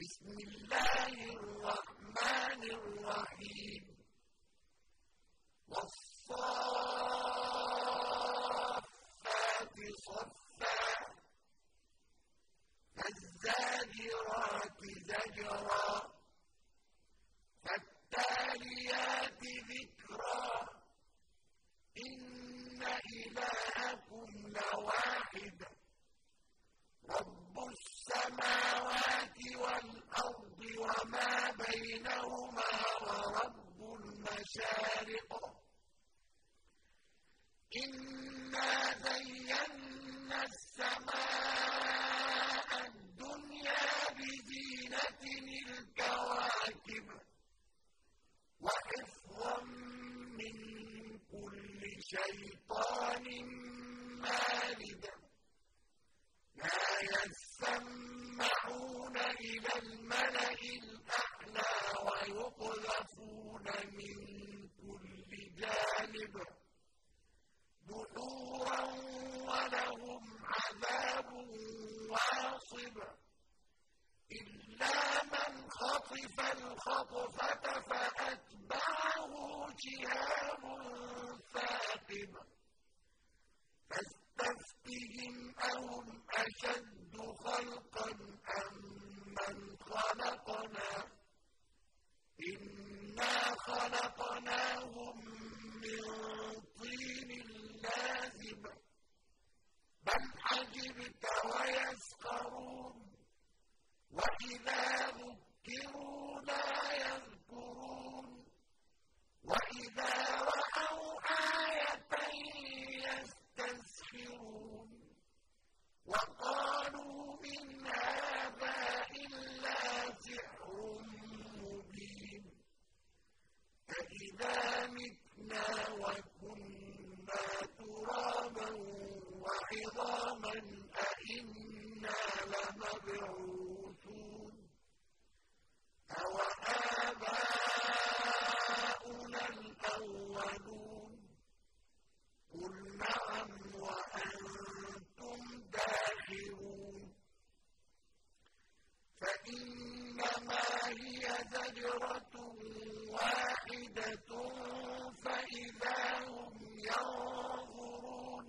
بسم الله الرحمن الرحيم والصافات صفا فالزاجرات زجرا فالتاليات ذكرا إن إلهكم لواحد رب السماوات والأرض وما بينهما ورب المشارق إنا زينا السماء الدنيا بزينة الكواكب وحفظا من كل شيطان مارد لا يسمعون إلى الملأ الأعلى ويقذفون من كل جانب دحورا ولهم عذاب واصب إلا من خطف الخطفة فأتبعه شهاب ثاقب فاستفتهم أهم أشد خلقا أم من خلقنا إنا خلقناهم من طين لازب بل عجبت ويسخرون وإذا ذكروا لا يذكرون وإذا رأوا آية يستسخرون وقالوا إن هذا إلا سحر مبين فإذا متنا وكنا ترابا وعظاما أئنا لمبعوثون أوآباؤنا الأولون قل نعم وأنتم داخرون فإنما هي زجرة واحدة فإذا هم ينظرون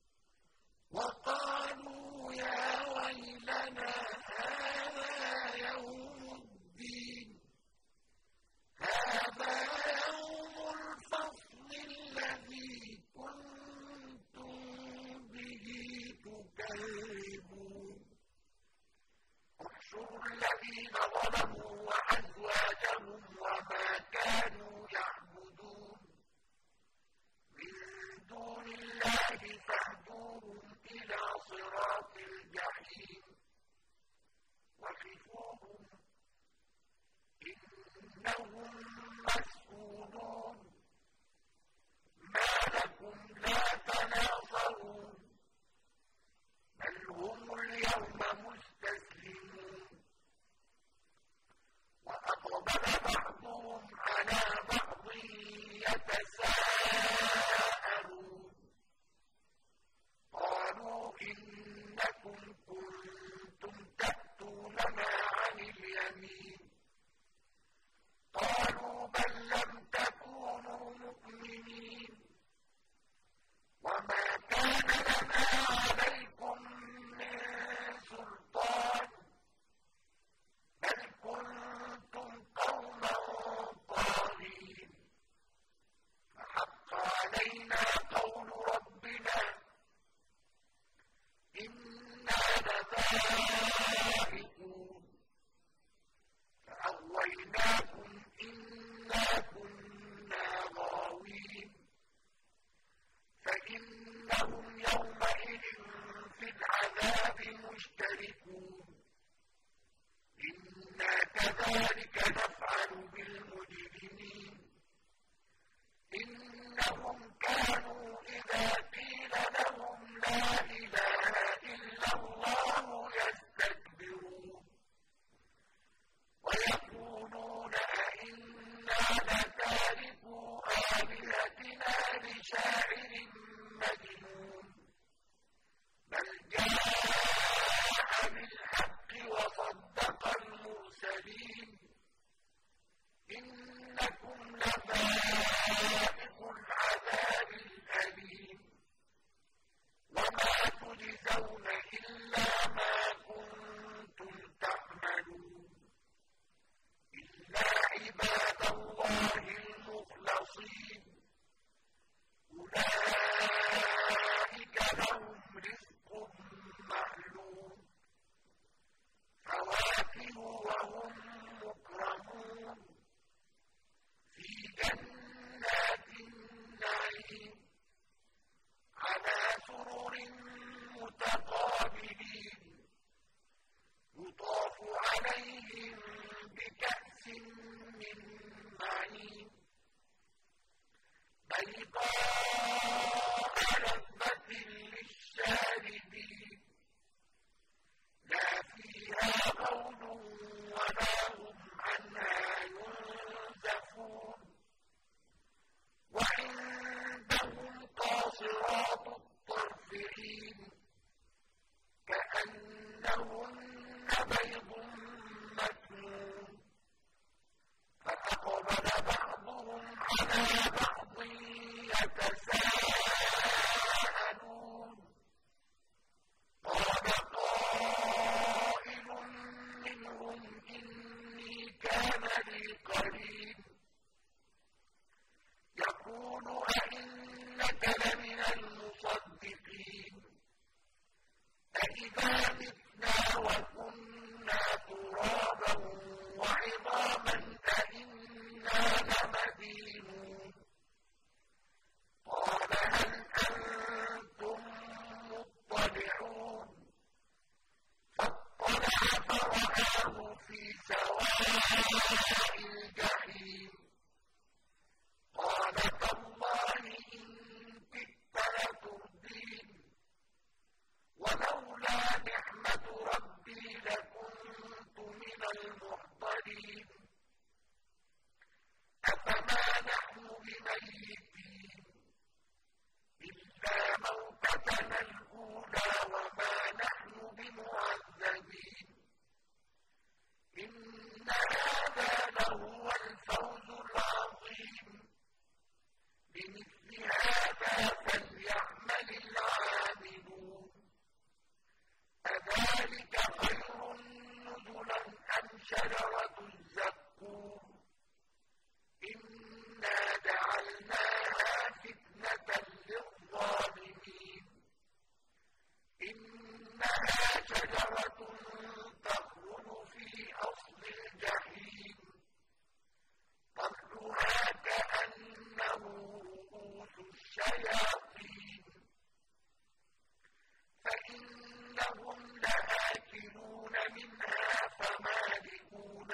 وقالوا يا ويلنا هذا يوم الدين هذا يوم الفصل الذي كنتم به تكذبون احشروا الذين ظلموا وأزواجهم وما كانوا يعبدون من دون الله فاهدوهم إلى صراط الجحيم وقفوهم إنهم مسؤولون ما لكم لا تناصرون بل هم اليوم مستسلمون وأقبل بعضهم على بعض يتساءلون قالوا إنكم كنتم تأتوننا عن اليمين قالوا بل لم تكونوا فَكِهُوا وَهُم مُّكْرَمُونَ فِي جَنَّاتِ النَّعِيمِ عَلَىٰ سُرُرٍ مُّتَقَابِلِينَ يُطَافُ عَلَيْهِم بِكَأْسٍ مِّن مَّعِينٍ بَيْضَاءَ لَذَّةٍ لِّلشَّارِبِينَ لَا فِيهَا غَوْلٌ وَلَا هُمْ عَنْهَا يُنزَفُونَ وَعِندَهُمْ قَاصِرَاتُ الطَّرْفِ عِينٌ كَأَنَّهُنَّ بَيْضٌ مَّكْنُونٌ فَأَقْبَلَ بَعْضُهُمْ عَلَىٰ بَعْضٍ يَتَسَاءَلُونَ قَالَ قَائِلٌ مِّنْهُمْ إِنِّي كَانَ لِي قَرِينٌ يَقُولُ أَإِنَّكَ لَمِنَ الْمُصَدِّقِينَ أَإِذَا مِتْنَا وَكُنَّا تُرَابًا وَعِظَامًا أَإِنَّا لَمَدِينُونَ قَالَ هَلْ أَنتُم مُّطَّلِعُونَ فَاطَّلَعَ فَرَآهُ فِي سَوَاءِ الْجَحِيمِ قَالَ تَاللَّهِ إِن كِدتَّ لَتُرْدِينِ وَلَوْلَا نِعْمَةُ رَبِّي لَكُنتُ مِنَ الْمُحْضَرِينَ أَفَمَا نَحْنُ بِمَيِّتِينَ إِلَّا مَوْتَتَنَا الْأُولَىٰ وَمَا نَحْنُ بِمُعَذَّبِينَ إِنَّ هَٰذَا لَهُوَ الْفَوْزُ الْعَظِيمُ لِمِثْلِ هَٰذَا فَلْيَعْمَلِ الْعَامِلُونَ أَذَٰلِكَ خَيْرٌ نُّزُلًا أَمْ شَجَرَةُ الزَّقُّومِ إِنَّا جَعَلْنَاهَا فِتْنَةً لِّلظَّالِمِينَ إِنَّهَا شَجَرَةٌ تَخْرُجُ فِي أَصْلِ الْجَحِيمِ طَلْعُهَا كَأَنَّهُ رُءُوسُ الشَّيَاطِينِ فَإِنَّهُمْ لَآكِلُونَ مِنْهَا فَمَالِئُونَ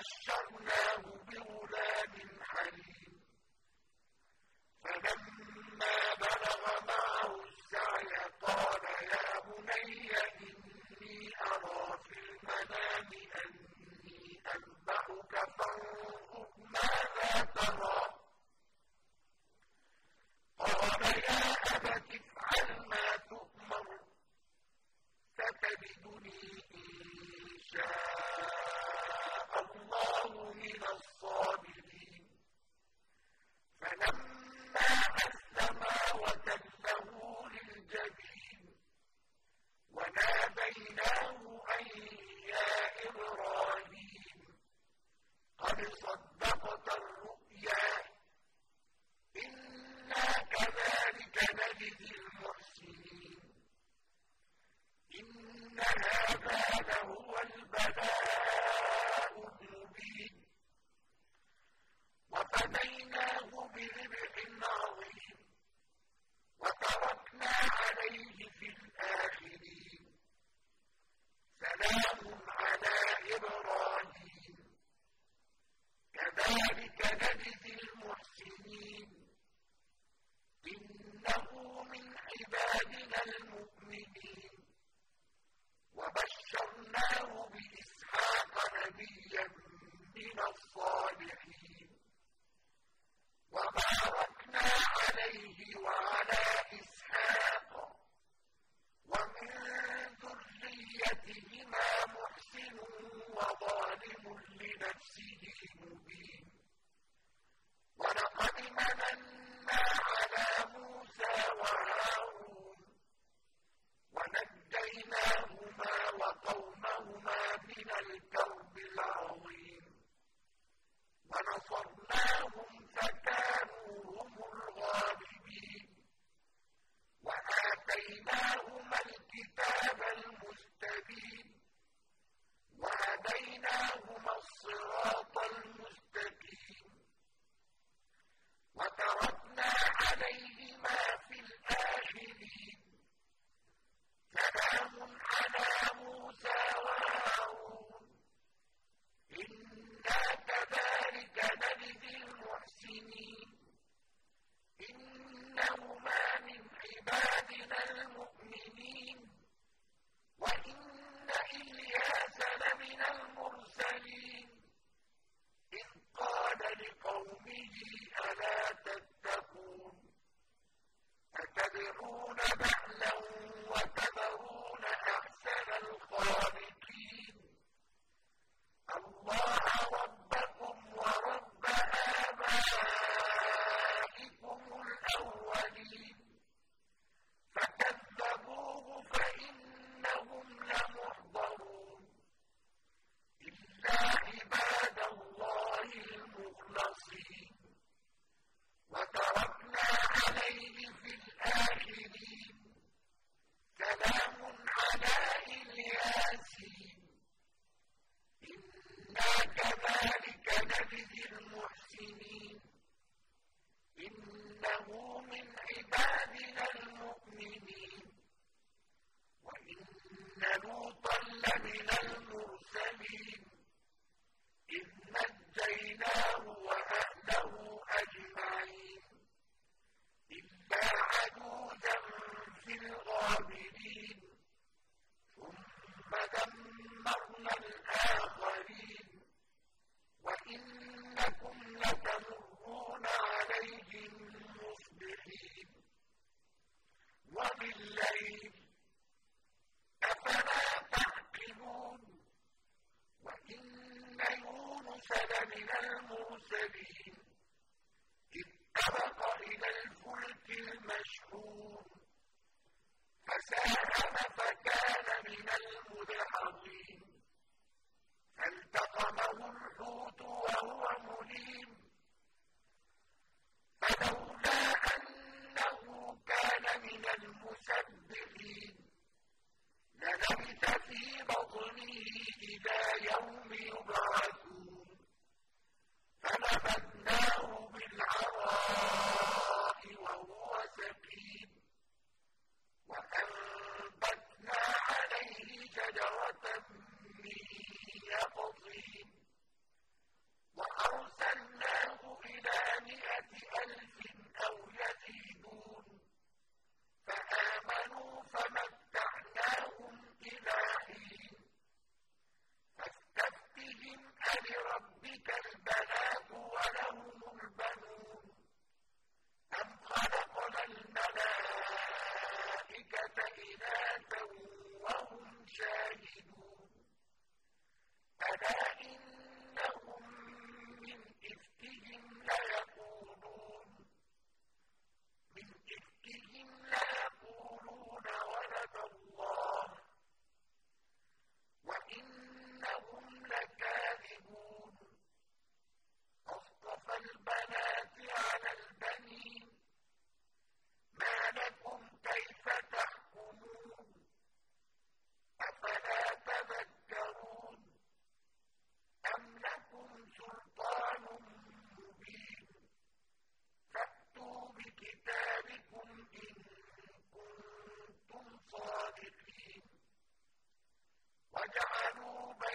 وبشرناه بغلام حليم فلما بلغ معه السعي قال يا بني إني أرى في المنام أني أذبحك فانظر ماذا ترى قال يا أبت افعل ما تؤمر ستجدني إن شاء الله من الصابرين فلما أسلما وتله للجبين وناديناه أن يا إبراهيم قد صدقت الرؤيا إنا كذلك نجزي المحسنين إن هذا لهو البلاء المبين وفديناه بذبح عظيم وتركنا عليه في الآخرين سلام على إبراهيم كذلك نجزي المحسنين إنه من عبادنا المؤمنين وبشرناه بإسحاق نبيا من الصالحين وباركنا عليه وعلى إسحاق ومن ذريتهما محسن وظالم لنفسه مبين ولقد مننا على موسى وهارون ونجيناهما وقومهما من الكرب العظيم ونصرناهم فكانوا هم الغالبين وآتيناهما الكتاب المستبين وهديناهما الصراط المستقيم وتركنا عليهما في الآخرين سلام على موسى وهارون إنا كذلك نجزي المحسنين إنهما من عبادنا المؤمنين وإن إلياس لمن المرسلين إذ قال لقومه ألا تتقون أتدعون بعلا وتذرون أحسن الخالقين الله ربكم ورب آبائكم الأولين فكذبوه فإنهم لمحضرون إلا عباد الله المخلصين وتركنا عليه في الآخرين سلام على الياسين إنا كذلك نجزي المحسنين إنه من عبادنا المؤمنين وإن لوطا لمن المرسلين إذ نجيناه وأهله أجمعين إلا عجوزا في الغابرين ثم دمرنا الآخرين وإنكم لتمرون عليهم مصبحين وبالليل أفلا تعقلون وإن يونس لمن المرسلين إذ أبق إلى الفلك المشحون فساهم فكان من المدحضين فالتقمه الحوت وهو مليم فلولا أنه كان من المسبحين للبث في بطنه إلى يوم يبعثون فنبذناه بالعراء وهو سقيم وأنبتنا عليه شجرة من يقطين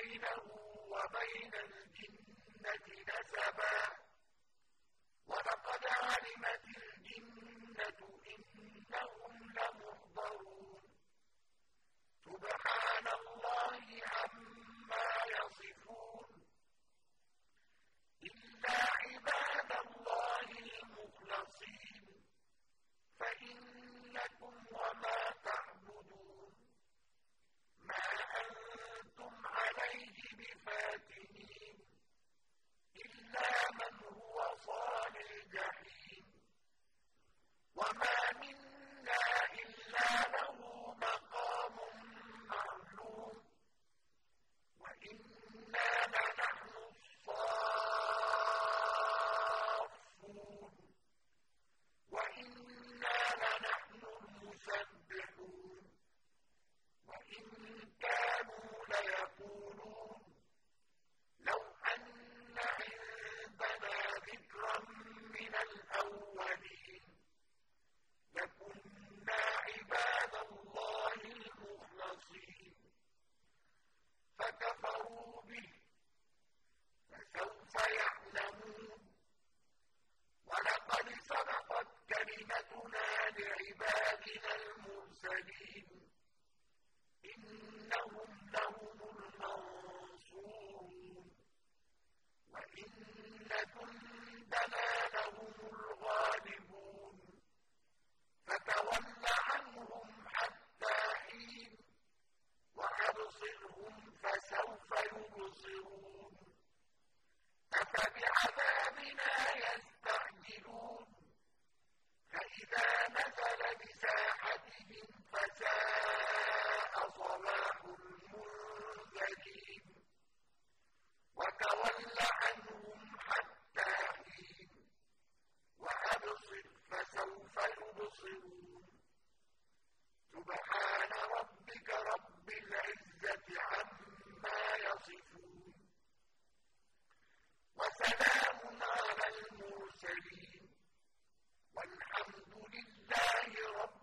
بَيْنَهُ وَبَيْنَ الْجِنَّةِ نَسَبًا ۚ وَلَقَدْ عَلِمَتِ الْجِنَّةُ إِنَّهُمْ لَمُحْضَرُونَ سُبْحَانَ اللَّهِ عَمَّا يَصِفُونَ إِلَّا عِبَادَ اللَّهِ الْمُخْلَصِينَ فَإِنَّكُمْ وَمَا تَعْبُدُونَ مَا أَنتُمْ عَلَيْهِ بِفَاتِنِينَ إِلَّا مَنْ هُوَ صَالِ الْجَحِيمِ وَمَا مِنَّا إِلَّا لَهُ مَقَامٌ مَّعْلُومٌ وَإِنَّا لَنَحْنُ الصَّافُّونَ وَإِنَّا لَنَحْنُ الْمُسَبِّحُونَ وَإِن كَانُوا لَيَقُولُونَ لَوْ أَنَّ عِندَنَا ذِكْرًا مِّنَ الْأَوَّلِينَ لَكُنَّا عِبَادَ اللَّهِ الْمُخْلَصِينَ فَكَفَرُوا بِهِ فَسَوْفَ يَعْلَمُونَ وَلَقَدْ سَبَقَتْ كَلِمَتُنَا لِعِبَادِنَا الْمُرْسَلِينَ إِنَّهُمْ لَهُمُ الْمَنصُورُونَ وَإِنَّ جُندَنَا لَهُمُ الْغَالِبُونَ فَتَوَلَّ عَنْهُمْ حَتَّىٰ حِينٍ وَأَبْصِرْهُمْ فَسَوْفَ يُبْصِرُونَ أَفَبِعَذَابِنَا يَسْتَعْجِلُونَ فَإِذَا نَزَلَ بِسَاحَتِهِمْ فَسَاءَ صَبَاحُ الْمُنذَرِينَ وَتَوَلَّ عَنْهُمْ حَتَّىٰ حِينٍ وَأَبْصِرْ فَسَوْفَ يُبْصِرُونَ سُبْحَانَ رَبِّكَ رَبِّ الْعِزَّةِ عَمَّا يَصِفُونَ وَسَلَامٌ عَلَى الْمُرْسَلِينَ وَالْحَمْدُ لِلَّهِ رَبِّ